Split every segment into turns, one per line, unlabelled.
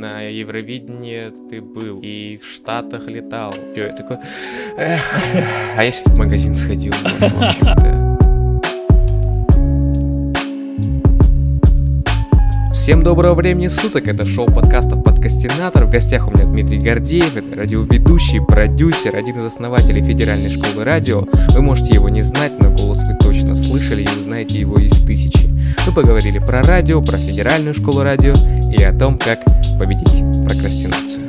на Евровидении ты был, и в Штатах летал. Я такой, а я в магазин сходил, вот, в общем-то. Всем доброго времени суток, это шоу подкастов «Подкастинатор». В гостях у меня Дмитрий Гордеев, это радиоведущий, продюсер, один из основателей Федеральной школы радио. Вы можете его не знать, но голос вы точно слышали и узнаете его из тысячи. Мы поговорили про радио, про Федеральную школу радио и о том, как победить прокрастинацию.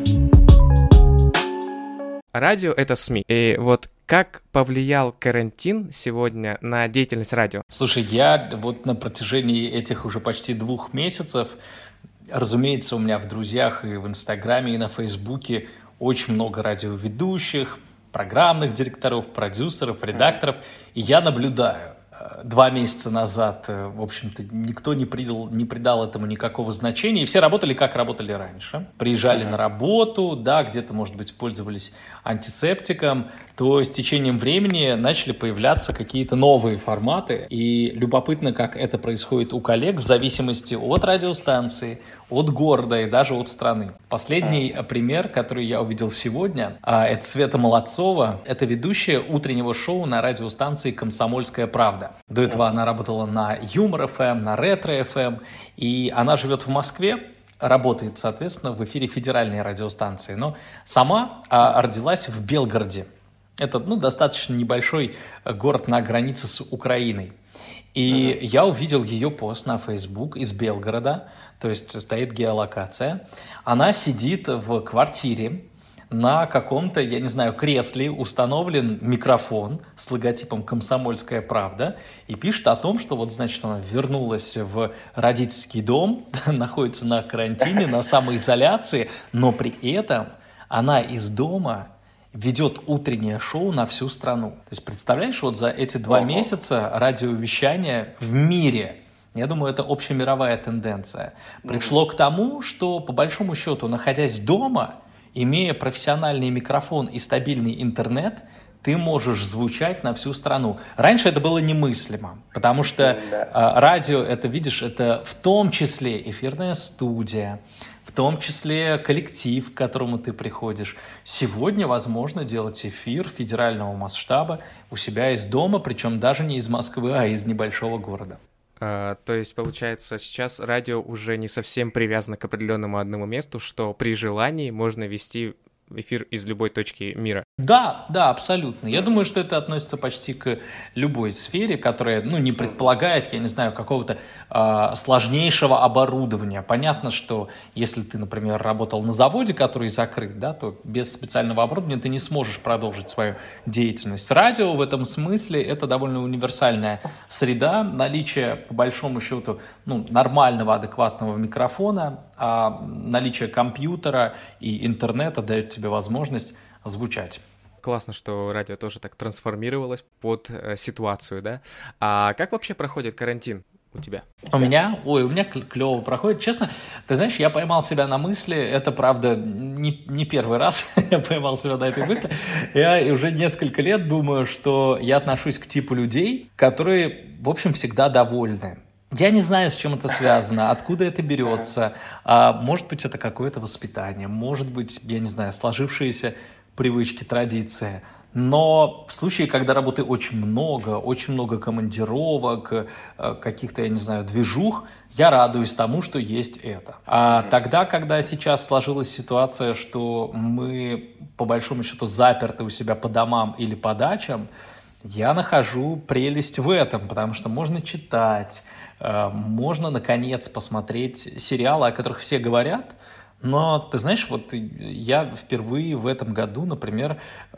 Радио — это СМИ, и вот как повлиял карантин сегодня на деятельность радио?
Слушай, я вот на протяжении этих уже почти 2 месяцев, разумеется, у меня в друзьях и в Инстаграме, и на Фейсбуке очень много радиоведущих, программных директоров, продюсеров, редакторов, и я наблюдаю. 2 месяца назад, в общем-то, никто не придал этому никакого значения, и все работали, как работали раньше. Приезжали на работу, да, где-то, может быть, пользовались антисептиком, то с течением времени начали появляться какие-то новые форматы, и любопытно, как это происходит у коллег в зависимости от радиостанции, от города и даже от страны. Последний пример, который я увидел сегодня, это Света Молодцова, это ведущая утреннего шоу на радиостанции «Комсомольская правда». До этого она работала на Юмор ФМ, на Ретро ФМ, и она живет в Москве, работает, соответственно, в эфире федеральной радиостанции, но сама родилась в Белгороде. Это, достаточно небольшой город на границе с Украиной. И я увидел ее пост на Facebook из Белгорода, то есть стоит геолокация. Она сидит в квартире, на каком-то, я не знаю, кресле установлен микрофон с логотипом «Комсомольская правда» и пишет о том, что вот, значит, она вернулась в родительский дом, находится на карантине, на самоизоляции, но при этом она из дома ведет утреннее шоу на всю страну. То есть, представляешь, вот за эти 2 месяца радиовещание в мире, я думаю, это общемировая тенденция, пришло к тому, что, по большому счету, находясь дома, имея профессиональный микрофон и стабильный интернет, ты можешь звучать на всю страну. Раньше это было немыслимо, потому что радио, это, видишь, это в том числе эфирная студия, в том числе коллектив, к которому ты приходишь. Сегодня возможно делать эфир федерального масштаба у себя из дома, причем даже не из Москвы, а из небольшого города.
То есть, получается, сейчас радио уже не совсем привязано к определенному одному месту, что при желании можно вести эфир из любой точки мира.
Да, абсолютно. Я думаю, что это относится почти к любой сфере, которая, не предполагает, я не знаю, какого-то сложнейшего оборудования. Понятно, что если ты, например, работал на заводе, который закрыт, да, то без специального оборудования ты не сможешь продолжить свою деятельность. Радио в этом смысле это довольно универсальная среда, наличие, по большому счету, нормального, адекватного микрофона, наличие компьютера и интернета дает тебе возможность звучать.
Классно, что радио тоже так трансформировалось под ситуацию, да? А как вообще проходит карантин у тебя?
У меня клево проходит. Честно, ты знаешь, я поймал себя на мысли, это, правда, не первый раз я поймал себя на этой мысли. Я уже несколько лет думаю, что я отношусь к типу людей, которые, в общем, всегда довольны. Я не знаю, с чем это связано, откуда это берется. Может быть, это какое-то воспитание, может быть, я не знаю, сложившиеся привычки, традиции. Но в случае, когда работы очень много командировок, каких-то, я не знаю, движух, я радуюсь тому, что есть это. А тогда, когда сейчас сложилась ситуация, что мы, по большому счету, заперты у себя по домам или по дачам, я нахожу прелесть в этом, потому что можно читать, можно, наконец, посмотреть сериалы, о которых все говорят. Но, ты знаешь, вот я впервые в этом году, например,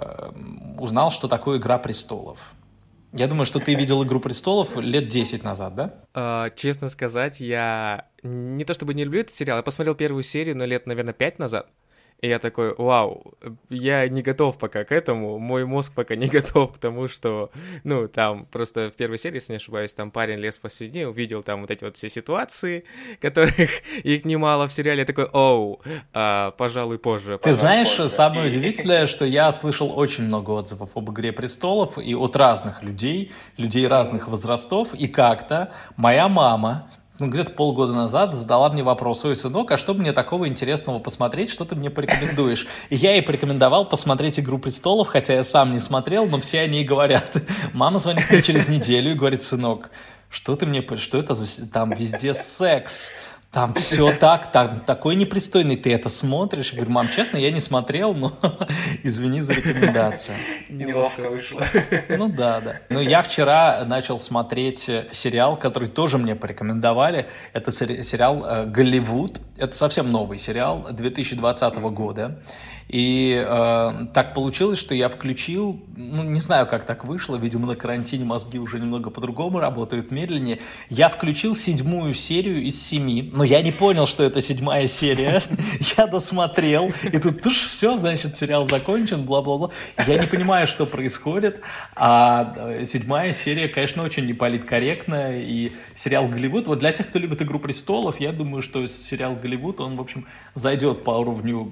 узнал, что такое «Игра престолов». Я думаю, что ты видел «Игру престолов» лет 10 назад, да?
Честно сказать, я не то чтобы не люблю этот сериал, я посмотрел первую серию, но лет, наверное, 5 назад. И я такой, вау, я не готов пока к этому, мой мозг пока не готов к тому, что, там просто в первой серии, если не ошибаюсь, там парень лез посреди, увидел там вот эти вот все ситуации, которых их немало в сериале, я такой, пожалуй, позже.
Ты знаешь, самое удивительное, что я слышал очень много отзывов об «Игре престолов» и от разных людей разных возрастов, и как-то моя мама где-то полгода назад задала мне вопрос: ой, сынок, а что мне такого интересного посмотреть, что ты мне порекомендуешь? И я ей порекомендовал посмотреть «Игру престолов», хотя я сам не смотрел, но все они и говорят. Мама звонит мне через неделю и говорит: сынок, что это за... Там везде секс. Там все так, там такой непристойный, ты это смотришь? Я говорю: мам, честно, я не смотрел, но извини за рекомендацию.
Неловко вышло.
Ну да. Но я вчера начал смотреть сериал, который тоже мне порекомендовали. Это сериал «Голливуд». Это совсем новый сериал 2020 года. И так получилось, что я включил, не знаю, как так вышло, видимо, на карантине мозги уже немного по-другому работают, медленнее. Я включил 7-ю серию из 7, но я не понял, что это 7-я серия. Я досмотрел, и тут все, значит, сериал закончен, бла-бла-бла. Я не понимаю, что происходит, а 7-я серия, конечно, очень неполиткорректная, и сериал «Голливуд», вот для тех, кто любит «Игру престолов», я думаю, что сериал «Голливуд», он, в общем, зайдет по уровню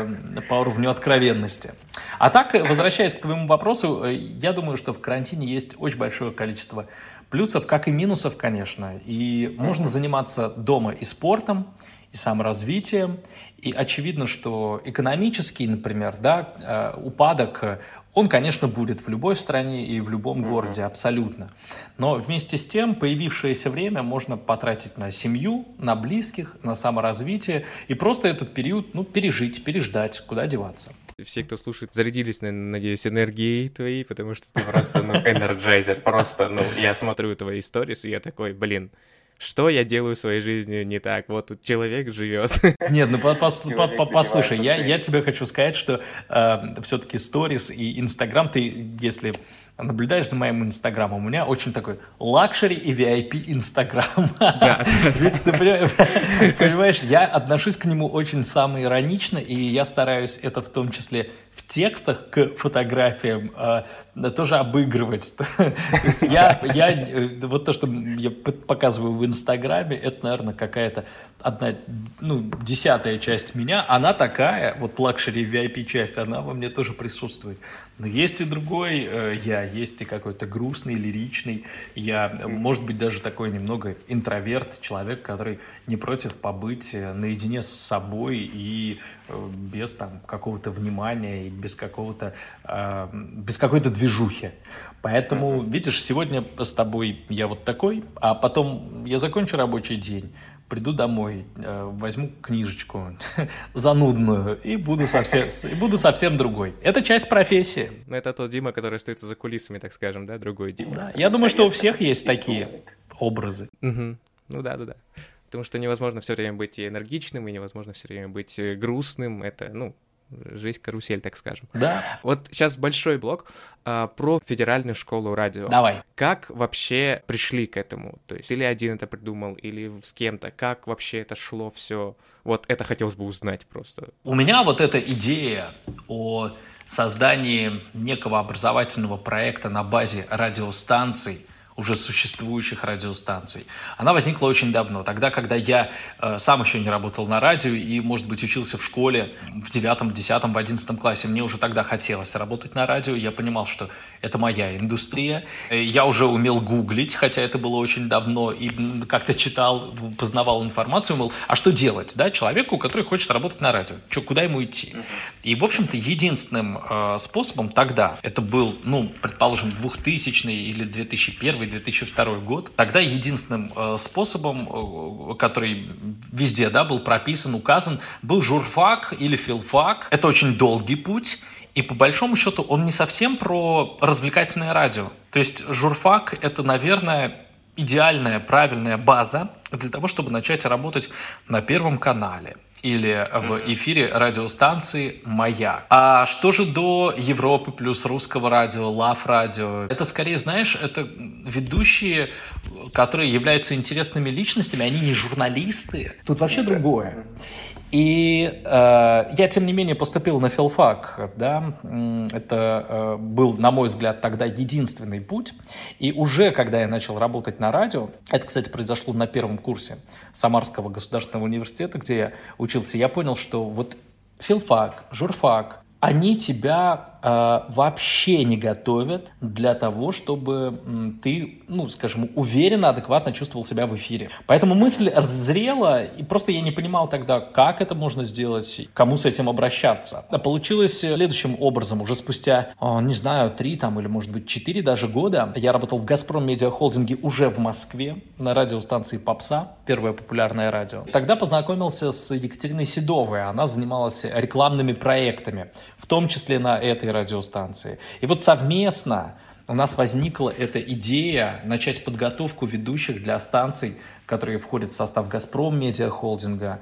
откровенности. А так, возвращаясь к твоему вопросу, я думаю, что в карантине есть очень большое количество плюсов, как и минусов, конечно. И можно заниматься дома и спортом, и саморазвитием. И очевидно, что экономический, например, упадок, он, конечно, будет в любой стране и в любом городе, абсолютно. Но вместе с тем появившееся время можно потратить на семью, на близких, на саморазвитие и просто этот период, пережить, переждать, куда деваться.
Все, кто слушает, зарядились, надеюсь, энергией твоей, потому что ты просто, энерджайзер. Просто, я смотрю твои сторис, и я такой, блин, что я делаю в своей жизни не так? Вот тут человек живет.
Нет, послушай, я тебе хочу сказать, что все-таки сторис и Инстаграм, ты, если наблюдаешь за моим Инстаграмом, у меня очень такой лакшери и VIP Инстаграм. Ведь ты понимаешь, я отношусь к нему очень самоиронично, и я стараюсь это в том числе в текстах к фотографиям тоже обыгрывать. То есть вот то, что я показываю в Инстаграме, это, наверное, какая-то 1/10 часть меня. Она такая, вот лакшери VIP часть, она во мне тоже присутствует. Но есть и другой есть и какой-то грустный, лиричный. Я, может быть, даже такой немного интроверт, человек, который не против побыть наедине с собой и без какого-то внимания и без какой-то движухи. Поэтому, видишь, сегодня с тобой я вот такой, а потом я закончу рабочий день, приду домой, возьму книжечку занудную и буду совсем другой. Это часть профессии.
Это тот Дима, который остается за кулисами, так скажем, да, другой Дима.
Да. Я думаю, что у всех есть такие образы.
Угу. Да. Потому что невозможно все время быть и энергичным, и невозможно все время быть грустным. Это, жизнь карусель, так скажем.
Да.
Вот сейчас большой блок про Федеральную школу радио.
Давай.
Как вообще пришли к этому? То есть или один это придумал, или с кем-то? Как вообще это шло все? Вот это хотелось бы узнать просто.
У меня вот эта идея о создании некого образовательного проекта на базе радиостанций, уже существующих радиостанций. Она возникла очень давно, тогда, когда я сам еще не работал на радио и, может быть, учился в школе в 9, 10, в 11 классе. Мне уже тогда хотелось работать на радио, я понимал, что это моя индустрия. Я уже умел гуглить, хотя это было очень давно, и как-то читал, познавал информацию, мол, а что делать, да, человеку, который хочет работать на радио? Куда ему идти? И, в общем-то, единственным способом тогда, это был, предположим, 2000 или 2001-2002 год, тогда единственным способом, который везде, был прописан, указан, был журфак или филфак. Это очень долгий путь, и по большому счету он не совсем про развлекательное радио. То есть журфак — это, наверное, идеальная, правильная база для того, чтобы начать работать на Первом канале или в эфире радиостанции «Маяк». А что же до Европы плюс русского радио, Лав радио? Это скорее, знаешь, это ведущие, которые являются интересными личностями, они не журналисты. Тут вообще другое. И я, тем не менее, поступил на филфак, да, это был, на мой взгляд, тогда единственный путь, и уже, когда я начал работать на радио, это, кстати, произошло на первом курсе Самарского государственного университета, где я учился, я понял, что вот филфак, журфак, они тебя вообще не готовят для того, чтобы ты, ну, скажем, уверенно, адекватно чувствовал себя в эфире. Поэтому мысль зрела, и просто я не понимал тогда, как это можно сделать, кому с этим обращаться. Получилось следующим образом. Уже спустя, не знаю, 3 там, или, может быть, 4 даже года я работал в «Газпром Медиа Холдинге» уже в Москве на радиостанции «Попса», первое популярное радио. Тогда познакомился с Екатериной Седовой. Она занималась рекламными проектами, в том числе на этой радиостанции. И вот совместно у нас возникла эта идея начать подготовку ведущих для станций, которые входят в состав «Газпром Медиа Холдинга»,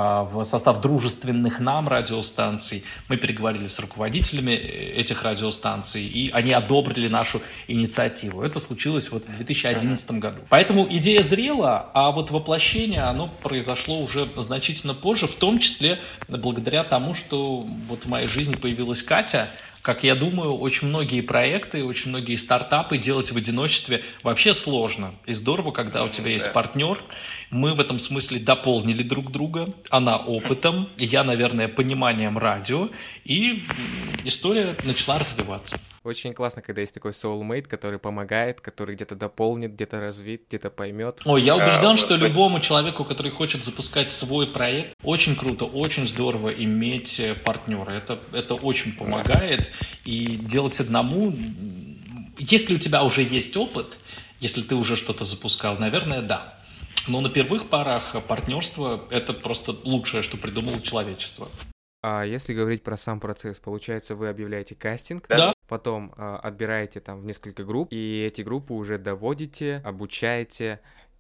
в состав дружественных нам радиостанций. Мы переговорили с руководителями этих радиостанций, и они одобрили нашу инициативу. Это случилось вот в 2011 году. Поэтому идея зрела, а вот воплощение, оно произошло уже значительно позже, в том числе благодаря тому, что вот в моей жизни появилась Катя. Как я думаю, очень многие проекты, очень многие стартапы делать в одиночестве вообще сложно. И здорово, когда у тебя есть партнер. Мы в этом смысле дополнили друг друга. Она опытом, я, наверное, пониманием радио. И история начала развиваться.
Очень классно, когда есть такой soulmate, который помогает, который где-то дополнит, где-то развит, где-то поймет.
Ой, я убежден, что любому человеку, который хочет запускать свой проект, очень круто, очень здорово иметь партнера. Это очень помогает. И делать одному, если у тебя уже есть опыт, если ты уже что-то запускал, наверное, да. Но на первых порах партнерство – это просто лучшее, что придумало человечество.
А если говорить про сам процесс, получается, вы объявляете кастинг,
Да.
Потом отбираете там в несколько групп, и эти группы уже доводите, обучаете,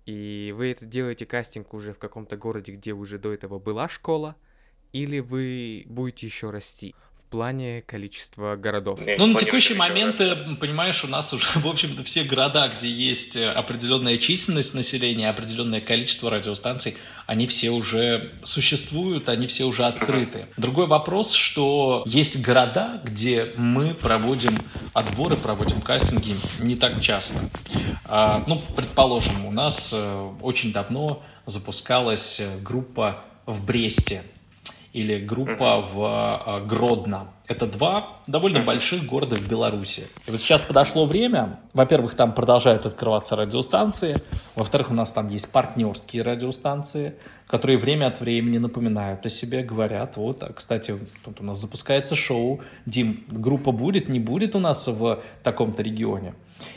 и вы это делаете кастинг уже в каком-то городе, где уже до этого была школа, или вы будете еще расти в плане количества городов?
Ну, на текущий момент, понимаешь, у нас уже, в общем-то, все города, где есть определенная численность населения, определенное количество радиостанций, они все уже существуют, они все уже открыты. Другой вопрос, что есть города, где мы проводим отборы, проводим кастинги не так часто. Ну, предположим, у нас очень давно запускалась группа в Бресте или группа в Гродно. Это 2 довольно больших города в Беларуси. И вот сейчас подошло время. Во-первых, там продолжают открываться радиостанции. Во-вторых, у нас там есть партнерские радиостанции, которые время от времени напоминают о себе, говорят, вот, кстати, тут у нас запускается шоу. Дим, группа будет, не будет у нас в таком-то регионе.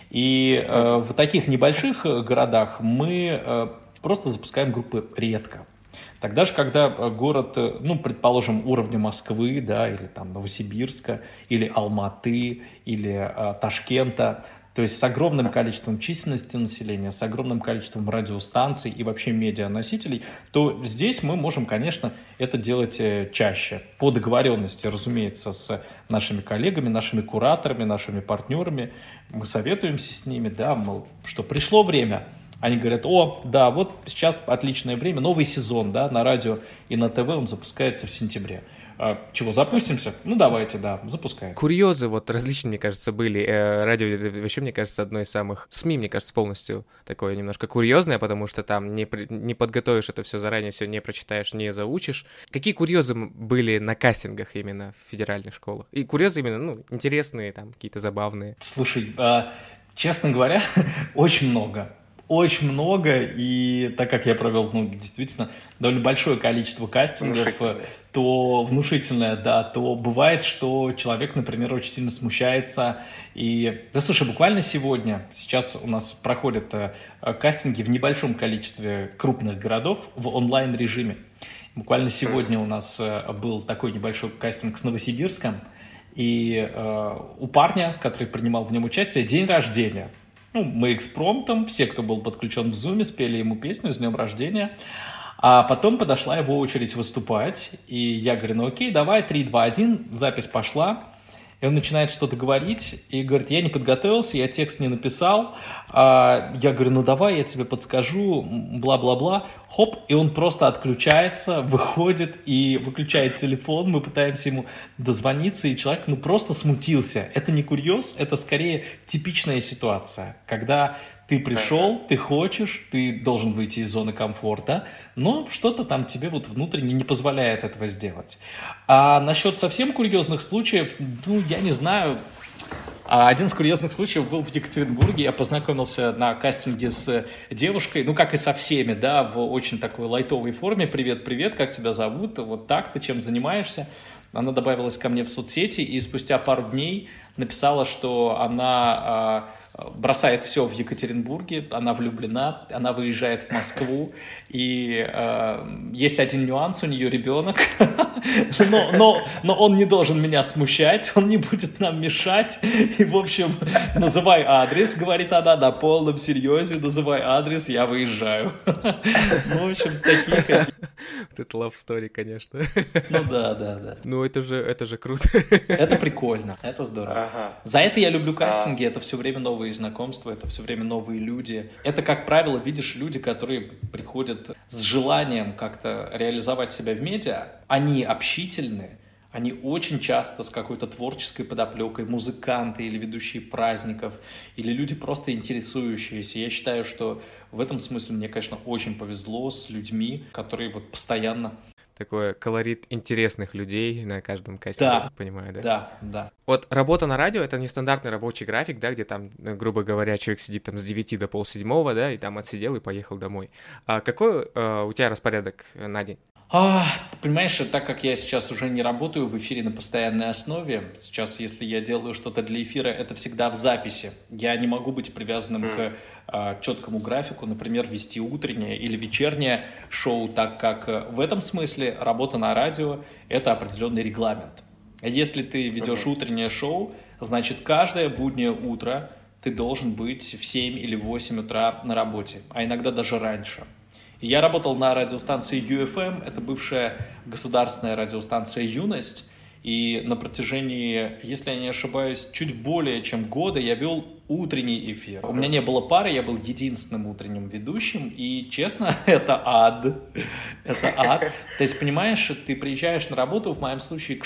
И в таких небольших городах мы просто запускаем группы редко. Тогда же, когда город, ну, предположим, уровня Москвы, да, или там Новосибирска, или Алматы, или Ташкента, то есть с огромным количеством численности населения, с огромным количеством радиостанций и вообще медианосителей, то здесь мы можем, конечно, это делать чаще. По договоренности, разумеется, с нашими коллегами, нашими кураторами, нашими партнерами. Мы советуемся с ними, да, мол, что пришло время. Они говорят, о, да, вот сейчас отличное время, новый сезон, да, на радио и на ТВ он запускается в сентябре. Чего, запустимся? Ну, давайте, да, запускаем.
Курьезы вот различные, мне кажется, были. Радио, это вообще, мне кажется, одно из самых... СМИ, мне кажется, полностью такое немножко курьезное, потому что там не подготовишь это все заранее, все не прочитаешь, не заучишь. Какие курьезы были на кастингах именно в федеральных школах? И курьезы именно, ну, интересные, там, какие-то забавные.
Слушай, честно говоря, очень много. Очень много, и так как я провел, ну, действительно, довольно большое количество кастингов, то внушительное, да, то бывает, что человек, например, очень сильно смущается. И, да, слушай, буквально сегодня, сейчас у нас проходят кастинги в небольшом количестве крупных городов в онлайн-режиме. Буквально сегодня у нас был такой небольшой кастинг с Новосибирском, и у парня, который принимал в нем участие, день рождения. Ну, мы экспромтом, все, кто был подключен в Zoom, спели ему песню «С днем рождения». А потом подошла его очередь выступать, и я говорю, ну окей, давай, 3, 2, 1, запись пошла. И он начинает что-то говорить, и говорит, я не подготовился, я текст не написал. Я говорю, ну давай, я тебе подскажу, бла-бла-бла. хоп, и он просто отключается, выходит и выключает телефон, мы пытаемся ему дозвониться, и человек, ну, просто смутился. Это не курьез, это скорее типичная ситуация, когда ты пришел, ты хочешь, ты должен выйти из зоны комфорта, но что-то там тебе вот внутренне не позволяет этого сделать. А насчет совсем курьезных случаев, ну, я не знаю. Один из курьезных случаев был в Екатеринбурге. Я познакомился на кастинге с девушкой, ну, как и со всеми, да, в очень такой лайтовой форме. Привет, привет, как тебя зовут? Вот так, ты чем занимаешься? Она добавилась ко мне в соцсети и спустя пару дней написала, что она бросает все в Екатеринбурге, она влюблена, она выезжает в Москву, и есть один нюанс, у нее ребенок, но он не должен меня смущать, он не будет нам мешать, и, в общем, называй адрес, говорит она, на полном серьезе, называй адрес, я выезжаю. Ну, в общем, такие.
Вот это love story, конечно.
Ну да.
Ну это же круто.
Это прикольно, это здорово. За это я люблю кастинги, это все время новые знакомства, это все время новые люди. Это, как правило, видишь, люди, которые приходят с желанием как-то реализовать себя в медиа, они общительны, они очень часто с какой-то творческой подоплекой, музыканты или ведущие праздников, или люди просто интересующиеся. Я считаю, что в этом смысле мне, конечно, очень повезло с людьми, которые вот постоянно...
Такой колорит интересных людей на каждом кастинге,
да,
понимаю, да?
Да.
Вот работа на радио — это нестандартный рабочий график, да, где там, грубо говоря, человек сидит там с 9 до полседьмого, да, и там отсидел и поехал домой. А какой у тебя распорядок на день?
Понимаешь, так как я сейчас уже не работаю в эфире на постоянной основе, сейчас, если я делаю что-то для эфира, это всегда в записи. Я не могу быть привязанным к четкому графику, например, вести утреннее или вечернее шоу, так как в этом смысле работа на радио — это определенный регламент. Если ты ведешь утреннее шоу, значит, каждое буднее утро ты должен быть в 7 или 8 утра на работе, а иногда даже раньше. И я работал на радиостанции UFM, это бывшая государственная радиостанция «Юность», и на протяжении, если я не ошибаюсь, чуть более чем года я вел утренний эфир. У меня не было пары, я был единственным утренним ведущим, и, честно, это ад. Это ад. То есть, понимаешь, ты приезжаешь на работу, в моем случае, к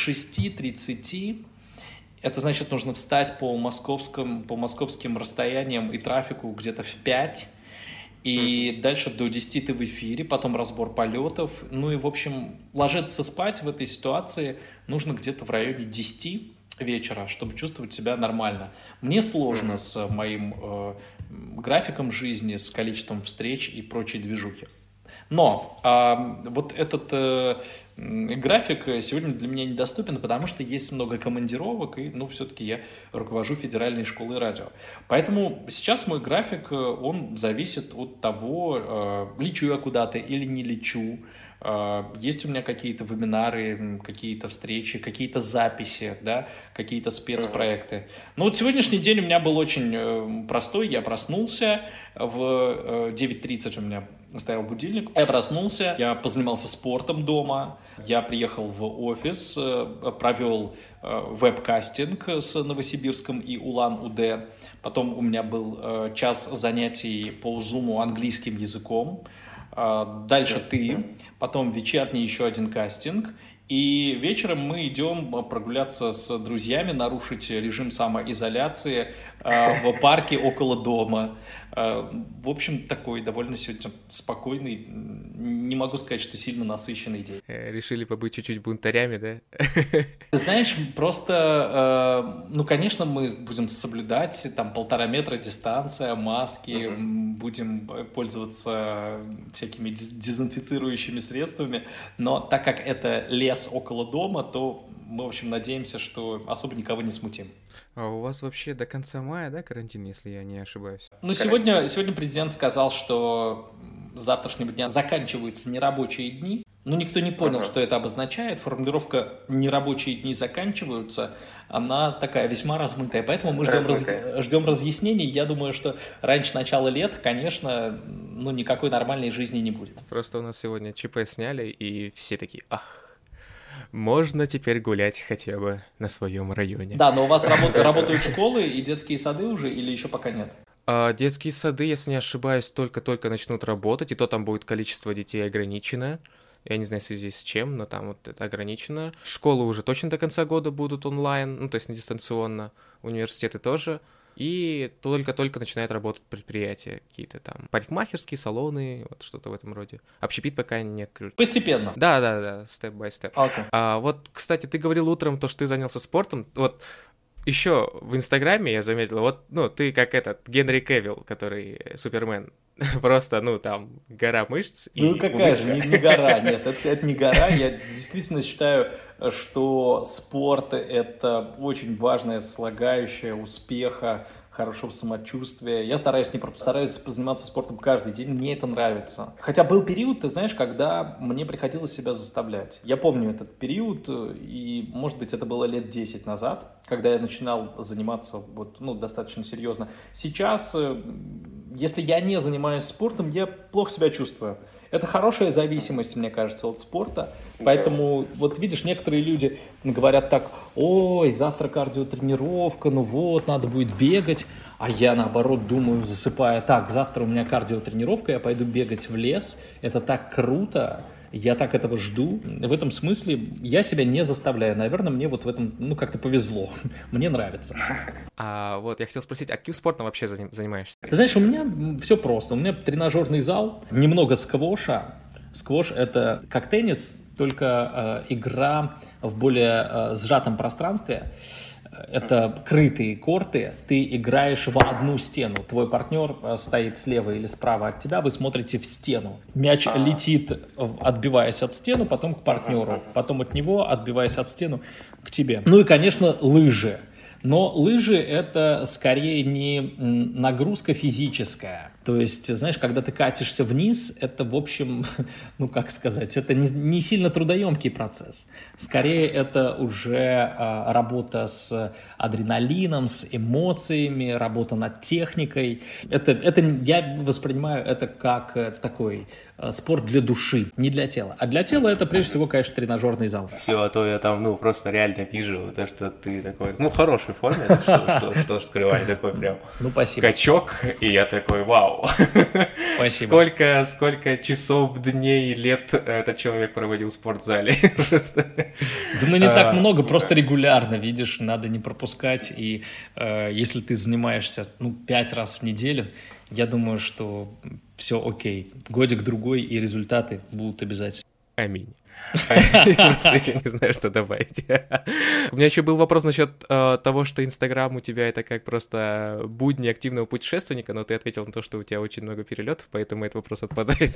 6:30, это значит, нужно встать по московским расстояниям и трафику где-то в 5, и дальше до 10 ты в эфире, потом разбор полетов. Ну и, в общем, ложиться спать в этой ситуации нужно где-то в районе 10 вечера, чтобы чувствовать себя нормально. Мне сложно с моим графиком жизни, с количеством встреч и прочей движухи. Но вот этот график сегодня для меня недоступен, потому что есть много командировок, и, ну, все-таки я руковожу федеральной школой радио. Поэтому сейчас мой график, он зависит от того, лечу я куда-то или не лечу. Есть у меня какие-то вебинары, какие-то встречи, какие-то записи, да, какие-то спецпроекты. Но вот сегодняшний день у меня был очень простой. Я проснулся в 9:30 у меня стоял будильник. Я проснулся, я позанимался спортом дома, я приехал в офис, провел веб-кастинг с Новосибирском и Улан-Удэ. Потом у меня был час занятий по Zoom английским языком. Дальше потом вечерний еще один кастинг. И вечером мы идем прогуляться с друзьями, нарушить режим самоизоляции в парке около дома. В общем, такой довольно сегодня спокойный, не могу сказать, что сильно насыщенный день.
Решили побыть чуть-чуть бунтарями, да?
Ты знаешь, просто, ну, конечно, мы будем соблюдать там 1,5 метра дистанция, маски, будем пользоваться всякими дезинфицирующими средствами, но так как это лес около дома, то мы, в общем, надеемся, что особо никого не смутим.
А у вас вообще до конца мая, да, карантин, если я не ошибаюсь?
Ну, сегодня президент сказал, что с завтрашнего дня заканчиваются нерабочие дни. Но никто не понял, что это обозначает. Формулировка «нерабочие дни заканчиваются», она такая весьма размытая. Поэтому мы ждем разъяснений. Я думаю, что раньше начала лета, конечно, ну, никакой нормальной жизни не будет.
Просто у нас сегодня ЧП сняли, и все такие: ах, можно теперь гулять хотя бы на своем районе.
Да, но у вас работают школы и детские сады уже, или еще пока нет?
Детские сады, если не ошибаюсь, только-только начнут работать, и то там будет количество детей ограниченное. Я не знаю, в связи с чем, но там вот это ограничено. Школы уже точно до конца года будут онлайн, ну, то есть не дистанционно. Университеты тоже. И только-только начинает работать предприятия какие-то там. Парикмахерские, салоны, вот что-то в этом роде. Общепит пока не открыт.
Постепенно.
Да, степ-бай-степ.
Okay.
Вот, кстати, ты говорил утром то, что ты занялся спортом. Вот еще в Инстаграме я заметил, вот, ну, ты как этот Генри Кевилл, который Супермен. Просто, ну, там, гора мышц.
Ну, какая же, не гора, нет, это не гора. Я действительно считаю, что спорт – это очень важная слагающая успеха, хорошего самочувствия. Я стараюсь заниматься спортом каждый день, мне это нравится. Хотя был период, ты знаешь, когда мне приходилось себя заставлять. Я помню этот период, и, может быть, это было лет 10 назад, когда я начинал заниматься вот, ну, достаточно серьезно. Сейчас, если я не занимаюсь спортом, я плохо себя чувствую. Это хорошая зависимость, мне кажется, от спорта. Поэтому, вот видишь, некоторые люди говорят так: ой, завтра кардиотренировка, ну вот, надо будет бегать. А я, наоборот, думаю, засыпая: так, завтра у меня кардиотренировка, я пойду бегать в лес. Это так круто, я так этого жду. В этом смысле я себя не заставляю. Наверное, мне вот в этом, ну, как-то повезло. Мне нравится.
Вот, я хотел спросить, а каким спортом вообще занимаешься?
Ты знаешь, у меня все просто. У меня тренажерный зал, немного сквоша. Сквош — это как теннис, только игра в более сжатом пространстве. Это крытые корты, ты играешь в одну стену. Твой партнер стоит слева или справа от тебя, вы смотрите в стену. Мяч летит, отбиваясь от стены, потом к партнеру, потом от него, отбиваясь от стены, к тебе. Ну и, конечно, лыжи. Но лыжи — это скорее не нагрузка физическая. То есть, знаешь, когда ты катишься вниз, это, в общем, ну, как сказать, это не сильно трудоемкий процесс. Скорее, это уже работа с адреналином, с эмоциями, работа над техникой. Это я воспринимаю это как такой спорт для души, не для тела. А для тела это, прежде всего, конечно, тренажерный зал.
Все, а то я там, ну, просто реально вижу, то, что ты такой, ну, в хорошей форме, что ж скрывать, такой прям качок, и я такой: вау.
Спасибо.
Сколько часов, дней, лет этот человек проводил в спортзале.
Да, ну, не так много, просто регулярно, видишь, надо не пропускать. И если ты занимаешься, ну, 5 раз в неделю, я думаю, что все окей. Годик-другой, и результаты будут обязательно.
Аминь. Просто еще не знаю, что добавить. У меня еще был вопрос насчет того, что Инстаграм у тебя это как просто будни активного путешественника, но ты ответил на то, что у тебя очень много перелетов, поэтому этот вопрос отпадает.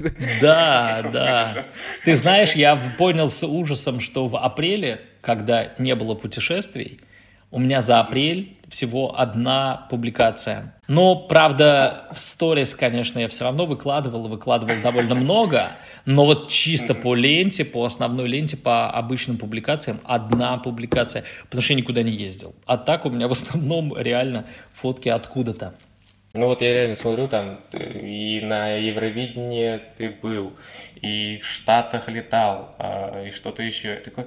Да. Ты знаешь, я понял с ужасом, что в апреле, когда не было путешествий, у меня за апрель всего 1 публикация. Но, правда, в сторис, конечно, я все равно выкладывал довольно много, но вот чисто по ленте, по основной ленте, по обычным публикациям 1 публикация, потому что я никуда не ездил. А так у меня в основном реально фотки откуда-то.
Ну вот я реально смотрю, там и на Евровидении ты был, и в Штатах летал, и что-то еще. Я такой: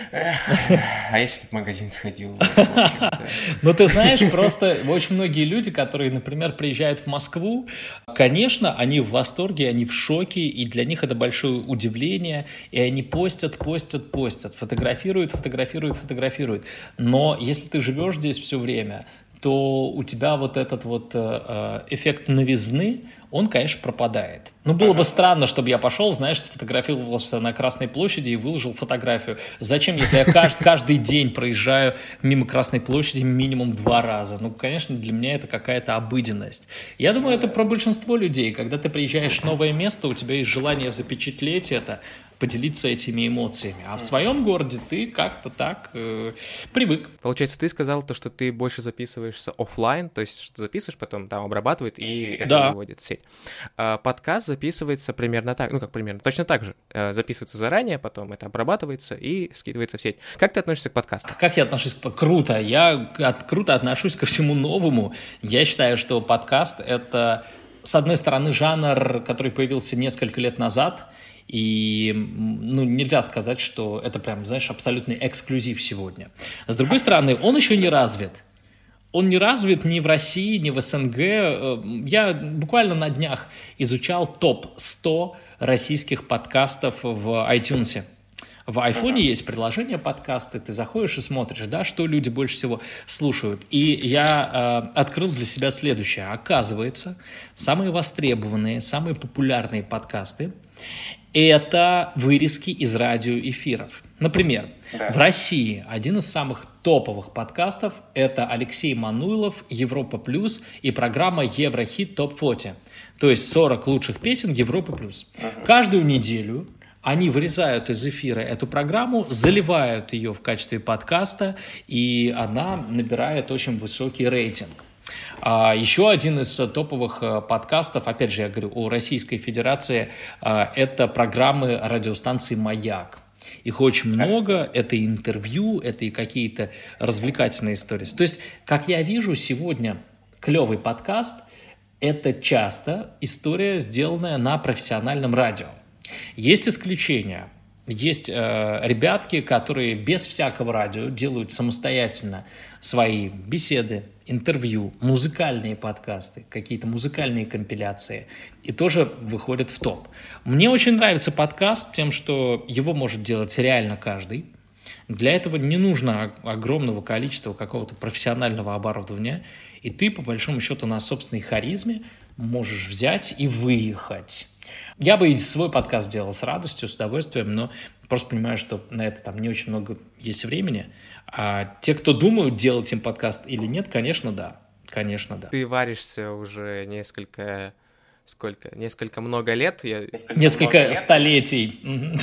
а если в магазин сходил?
Ну, ты знаешь, просто очень многие люди, которые, например, приезжают в Москву, конечно, они в восторге, они в шоке, и для них это большое удивление, и они постят, фотографируют. Но если ты живешь здесь все время, то у тебя вот этот вот эффект новизны, он, конечно, пропадает. Ну, было бы странно, чтобы я пошел, знаешь, сфотографировался на Красной площади и выложил фотографию. Зачем, если я каждый день проезжаю мимо Красной площади минимум 2 раза? Ну, конечно, для меня это какая-то обыденность. Я думаю, это про большинство людей. Когда ты приезжаешь в новое место, у тебя есть желание запечатлеть это, поделиться этими эмоциями. А в своем городе ты как-то так привык.
Получается, ты сказал то, что ты больше записываешься офлайн, то есть что записываешь, потом там обрабатывает и это выводит в сеть. Подкаст записывается примерно так, ну как примерно, точно так же. Записывается заранее, потом это обрабатывается и скидывается в сеть. Как ты относишься к подкасту?
Как я отношусь круто. Я круто отношусь ко всему новому. Я считаю, что подкаст — это, с одной стороны, жанр, который появился несколько лет назад, и, ну, нельзя сказать, что это прям, знаешь, абсолютный эксклюзив сегодня. С другой стороны, он еще не развит. он не развит ни в России, ни в СНГ. Я буквально на днях изучал топ-100 российских подкастов в iTunes. В айфоне есть приложение подкасты, ты заходишь и смотришь, да, что люди больше всего слушают. И я открыл для себя следующее. Оказывается, самые востребованные, самые популярные подкасты – это вырезки из радиоэфиров. Например, в России один из самых топовых подкастов – это Алексей Мануйлов, Европа Плюс и программа Еврохит ТОП-40. То есть 40 лучших песен Европы Плюс. Каждую неделю они вырезают из эфира эту программу, заливают ее в качестве подкаста, и она набирает очень высокий рейтинг. Еще один из топовых подкастов, опять же, я говорю о Российской Федерации, это программы радиостанции «Маяк». Их очень много, это и интервью, это и какие-то развлекательные истории. То есть, как я вижу, сегодня клевый подкаст – это часто история, сделанная на профессиональном радио. Есть исключения. Есть ребятки, которые без всякого радио делают самостоятельно свои беседы, интервью, музыкальные подкасты, какие-то музыкальные компиляции, и тоже выходят в топ. Мне очень нравится подкаст тем, что его может делать реально каждый. Для этого не нужно огромного количества какого-то профессионального оборудования, и ты, по большому счету, на собственной харизме можешь взять и выехать. Я бы и свой подкаст делал с радостью, с удовольствием, но просто понимаю, что на это там не очень много есть времени. А те, кто думают, делать им подкаст или нет, конечно, да. Конечно, да.
Ты варишься уже несколько много лет.
Несколько столетий.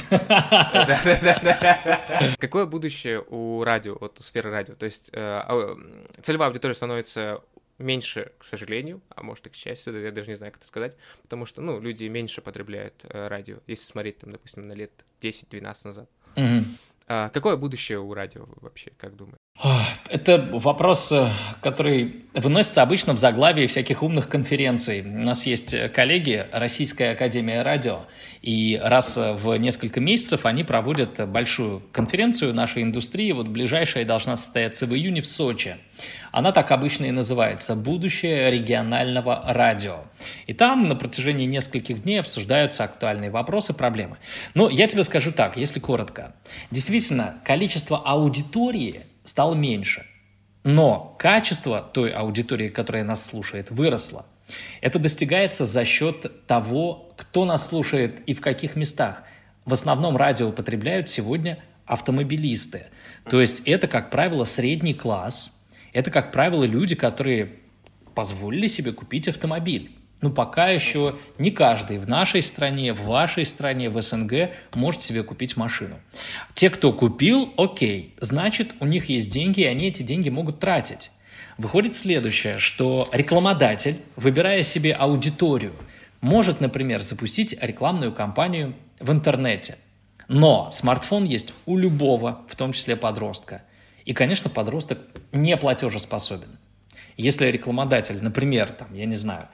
Какое будущее у радио, вот у сферы радио? То есть целевая аудитория становится меньше, к сожалению, а может и к счастью, я даже не знаю, как это сказать, потому что, люди меньше потребляют радио, если смотреть, там, допустим, на лет 10-12 назад. Какое будущее у радио вообще, как думаешь?
Это вопрос, который выносится обычно в заглавии всяких умных конференций. У нас есть коллеги, Российская академия радио, и раз в несколько месяцев они проводят большую конференцию нашей индустрии. Вот ближайшая должна состояться в июне в Сочи. Она так обычно и называется «Будущее регионального радио». И там на протяжении нескольких дней обсуждаются актуальные вопросы, проблемы. Но я тебе скажу так, если коротко. Действительно, количество аудитории стало меньше, но качество той аудитории, которая нас слушает, выросло. Это достигается за счет того, кто нас слушает и в каких местах. В основном радио употребляют сегодня автомобилисты. То есть это, как правило, средний класс. Это, как правило, люди, которые позволили себе купить автомобиль. Пока еще не каждый в нашей стране, в вашей стране, в СНГ может себе купить машину. Те, кто купил, окей, значит, у них есть деньги, и они эти деньги могут тратить. Выходит следующее, что рекламодатель, выбирая себе аудиторию, может, например, запустить рекламную кампанию в интернете. Но смартфон есть у любого, в том числе подростка. И, конечно, подросток не платежеспособен. Если рекламодатель, например, я не знаю,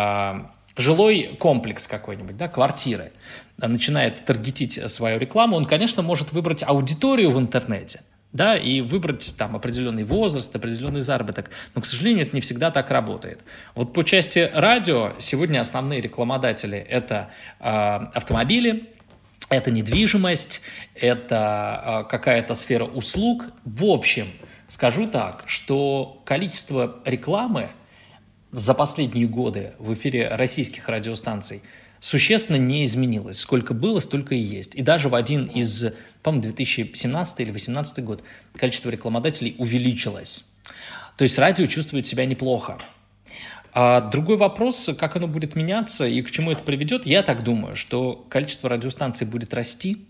жилой комплекс какой-нибудь, квартиры, начинает таргетить свою рекламу, он, конечно, может выбрать аудиторию в интернете, и выбрать определенный возраст, определенный заработок. Но, к сожалению, это не всегда так работает. Вот по части радио сегодня основные рекламодатели – это автомобили, это недвижимость, это какая-то сфера услуг. В общем, скажу так, что количество рекламы за последние годы в эфире российских радиостанций существенно не изменилось. Сколько было, столько и есть. И даже в один из, по-моему, 2017 или 2018 год количество рекламодателей увеличилось. То есть радио чувствует себя неплохо. А другой вопрос, как оно будет меняться и к чему это приведет, я так думаю, что количество радиостанций будет расти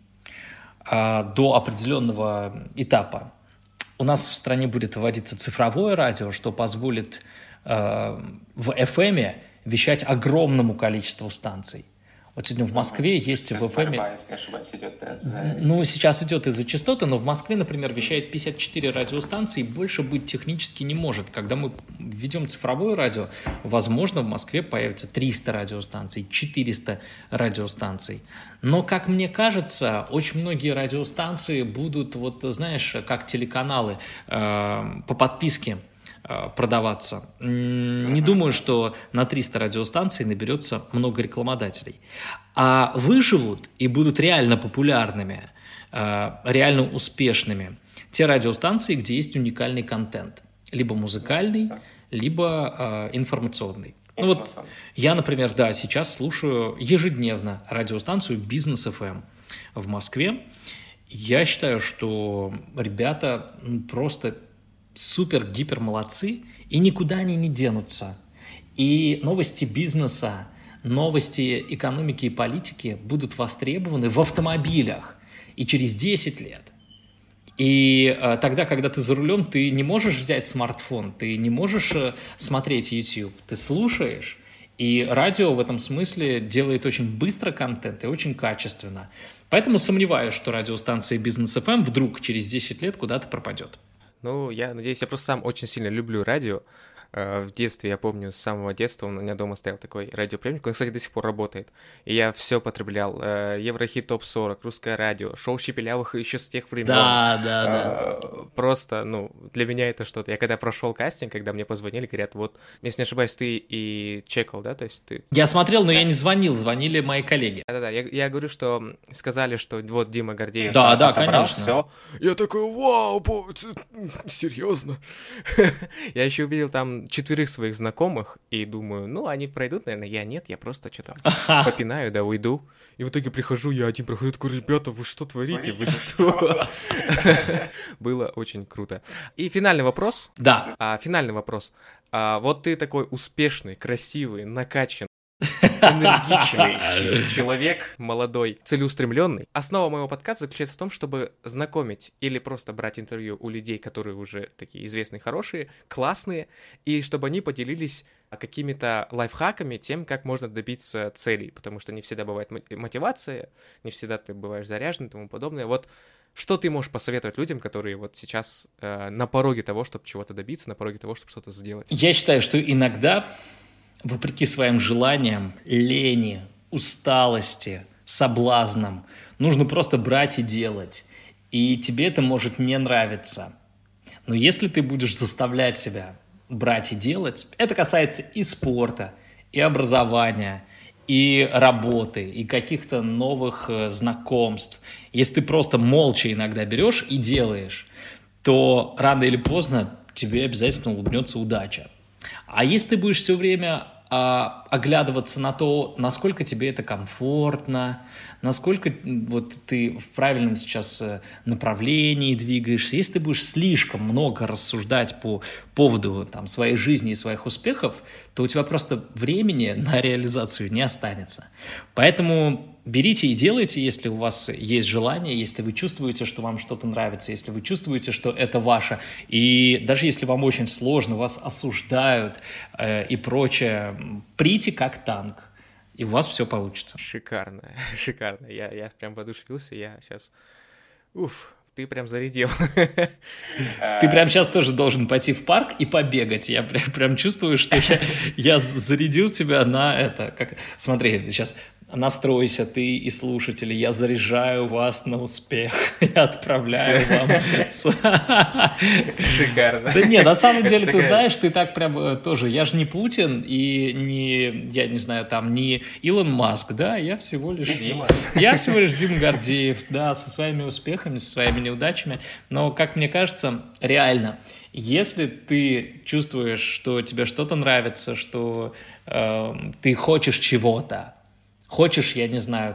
до определенного этапа. У нас в стране будет вводиться цифровое радио, что позволит в FM вещать огромному количеству станций. Вот сегодня в Москве есть в FM...
Борьба, если не ошибаюсь, идет за...
сейчас идет из-за частоты, но в Москве, например, вещает 54 радиостанции, больше быть технически не может. Когда мы введем цифровое радио, возможно, в Москве появится 300 радиостанций, 400 радиостанций. Но, как мне кажется, очень многие радиостанции будут, как телеканалы, по подписке продаваться. Не думаю, что на 300 радиостанций наберется много рекламодателей. А выживут и будут реально популярными, реально успешными те радиостанции, где есть уникальный контент. Либо музыкальный, либо информационный. Ну вот я, например, да, сейчас слушаю ежедневно радиостанцию Бизнес ФМ в Москве. Я считаю, что ребята просто супер-гипер молодцы, и никуда они не денутся. И новости бизнеса, новости экономики и политики будут востребованы в автомобилях и через 10 лет. И тогда, когда ты за рулем, ты не можешь взять смартфон, ты не можешь смотреть YouTube, ты слушаешь. И радио в этом смысле делает очень быстро контент и очень качественно. Поэтому сомневаюсь, что радиостанция Бизнес ФМ вдруг через 10 лет куда-то пропадет.
Ну, я надеюсь, я просто сам очень сильно люблю радио. В детстве, я помню, с самого детства у меня дома стоял такой радиоприемник, он, кстати, до сих пор работает. И я все потреблял. Еврохит ТОП-40, Русское радио, шоу Щепелявых еще с тех времен.
Да.
Просто, для меня это что-то. Я когда прошел кастинг, когда мне позвонили, говорят, вот, если не ошибаюсь, ты и чекал, да? То есть ты...
Я смотрел, но я не звонил, звонили мои коллеги.
Да-да-да, я говорю, что сказали, что вот Дима Гордеев
да, конечно.
Все. Я такой, вау, серьезно? Я еще увидел там 4 своих знакомых, и думаю, они пройдут, наверное, я просто что-то попинаю, да, уйду. И в итоге прихожу, я один прохожу, такой, ребята, вы что творите? Вы что? Было очень круто. И финальный вопрос.
Да.
Финальный вопрос. Вот ты такой успешный, красивый, накачанный, энергичный человек, молодой, целеустремленный. Основа моего подкаста заключается в том, чтобы знакомить или просто брать интервью у людей, которые уже такие известные, хорошие, классные, и чтобы они поделились какими-то лайфхаками, тем, как можно добиться целей, потому что не всегда бывает мотивация, не всегда ты бываешь заряжен и тому подобное. Вот что ты можешь посоветовать людям, которые вот сейчас на пороге того, чтобы чего-то добиться, на пороге того, чтобы что-то сделать?
Я считаю, что иногда, вопреки своим желаниям, лени, усталости, соблазнам, нужно просто брать и делать. И тебе это может не нравиться. Но если ты будешь заставлять себя брать и делать, это касается и спорта, и образования, и работы, и каких-то новых знакомств. Если ты просто молча иногда берешь и делаешь, то рано или поздно тебе обязательно улыбнется удача. А если ты будешь все время оглядываться на то, насколько тебе это комфортно, насколько вот ты в правильном сейчас направлении двигаешься, если ты будешь слишком много рассуждать по поводу своей жизни и своих успехов, то у тебя просто времени на реализацию не останется. Поэтому берите и делайте, если у вас есть желание, если вы чувствуете, что вам что-то нравится, если вы чувствуете, что это ваше. И даже если вам очень сложно, вас осуждают и прочее, прите как танк, и у вас все получится.
Шикарно, шикарно. Я прям воодушевился, я сейчас... Ты прям зарядил.
Ты прям сейчас тоже должен пойти в парк и побегать. Я прям чувствую, что я зарядил тебя на это. Смотри, сейчас настройся, ты и слушатели. Я заряжаю вас на успех. Я отправляю вам...
Шикарно.
Да нет, на самом деле, ты знаешь, ты так прям тоже... Я же не Путин и не, я не знаю, не Илон Маск, да? Я всего лишь Дима Гордеев, да, со своими успехами, со своими неудачами. Но, как мне кажется, реально, если ты чувствуешь, что тебе что-то нравится, что ты хочешь чего-то, хочешь, я не знаю,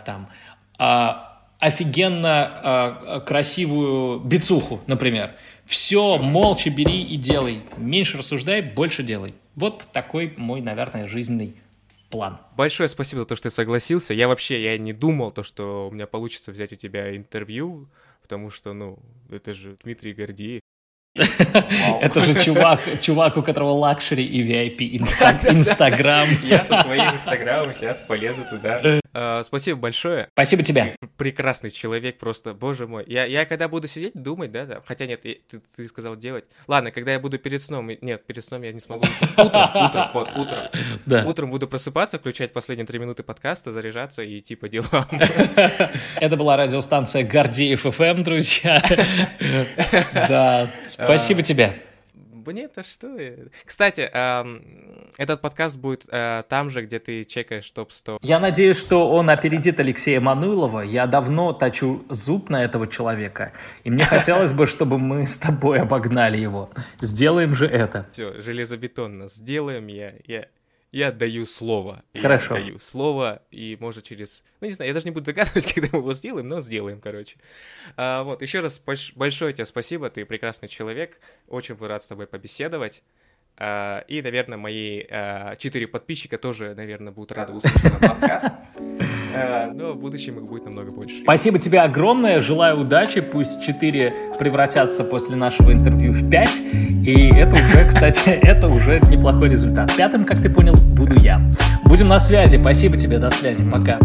офигенно красивую бицуху, например, все молча бери и делай. Меньше рассуждай, больше делай. Вот такой мой, наверное, жизненный план.
Большое спасибо за то, что ты согласился. Я не думал, что у меня получится взять у тебя интервью, потому что, это же Дмитрий Гордеев.
Это же чувак, у которого лакшери и VIP Инстаграм.
Я со своим Инстаграмом сейчас полезу туда.
Спасибо большое.
Спасибо тебе.
Прекрасный человек, просто, боже мой. Я когда буду сидеть, думать, да, хотя нет, ты сказал делать. Ладно, когда я буду перед сном, нет, перед сном я не смогу. Утром. Да. Утром буду просыпаться, включать последние 3 минуты подкаста, заряжаться и идти по делам.
Это была радиостанция Гордеев ФМ, друзья. Да, спасибо тебе.
Нет, а что? Кстати, этот подкаст будет там же, где ты чекаешь топ-100.
Я надеюсь, что он опередит Алексея Мануилова. Я давно точу зуб на этого человека, и мне хотелось бы, чтобы мы с тобой обогнали его. Сделаем же это.
Все, железобетонно сделаем, я отдаю слово.
Хорошо.
Я отдаю слово, и может через... Ну, не знаю, я даже не буду загадывать, когда мы его сделаем, но сделаем, короче. Вот, еще раз большое тебе спасибо, ты прекрасный человек, очень был рад с тобой побеседовать. И, наверное, мои 4 подписчика тоже, наверное, будут рады услышать этот подкаст. Но в будущем их будет намного больше.
Спасибо тебе огромное, желаю удачи, пусть 4 превратятся после нашего интервью в 5, и это уже, кстати, это уже неплохой результат. 5-м, как ты понял, буду я. Будем на связи, спасибо тебе, до связи, пока.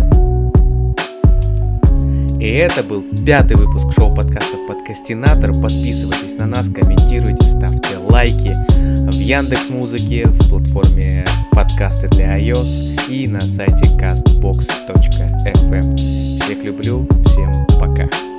И это был 5-й выпуск шоу-подкастов «Подкастинатор». Подписывайтесь на нас, комментируйте, ставьте лайки в Яндекс.Музыке, в платформе подкасты для iOS и на сайте castbox.fm. Всех люблю, всем пока.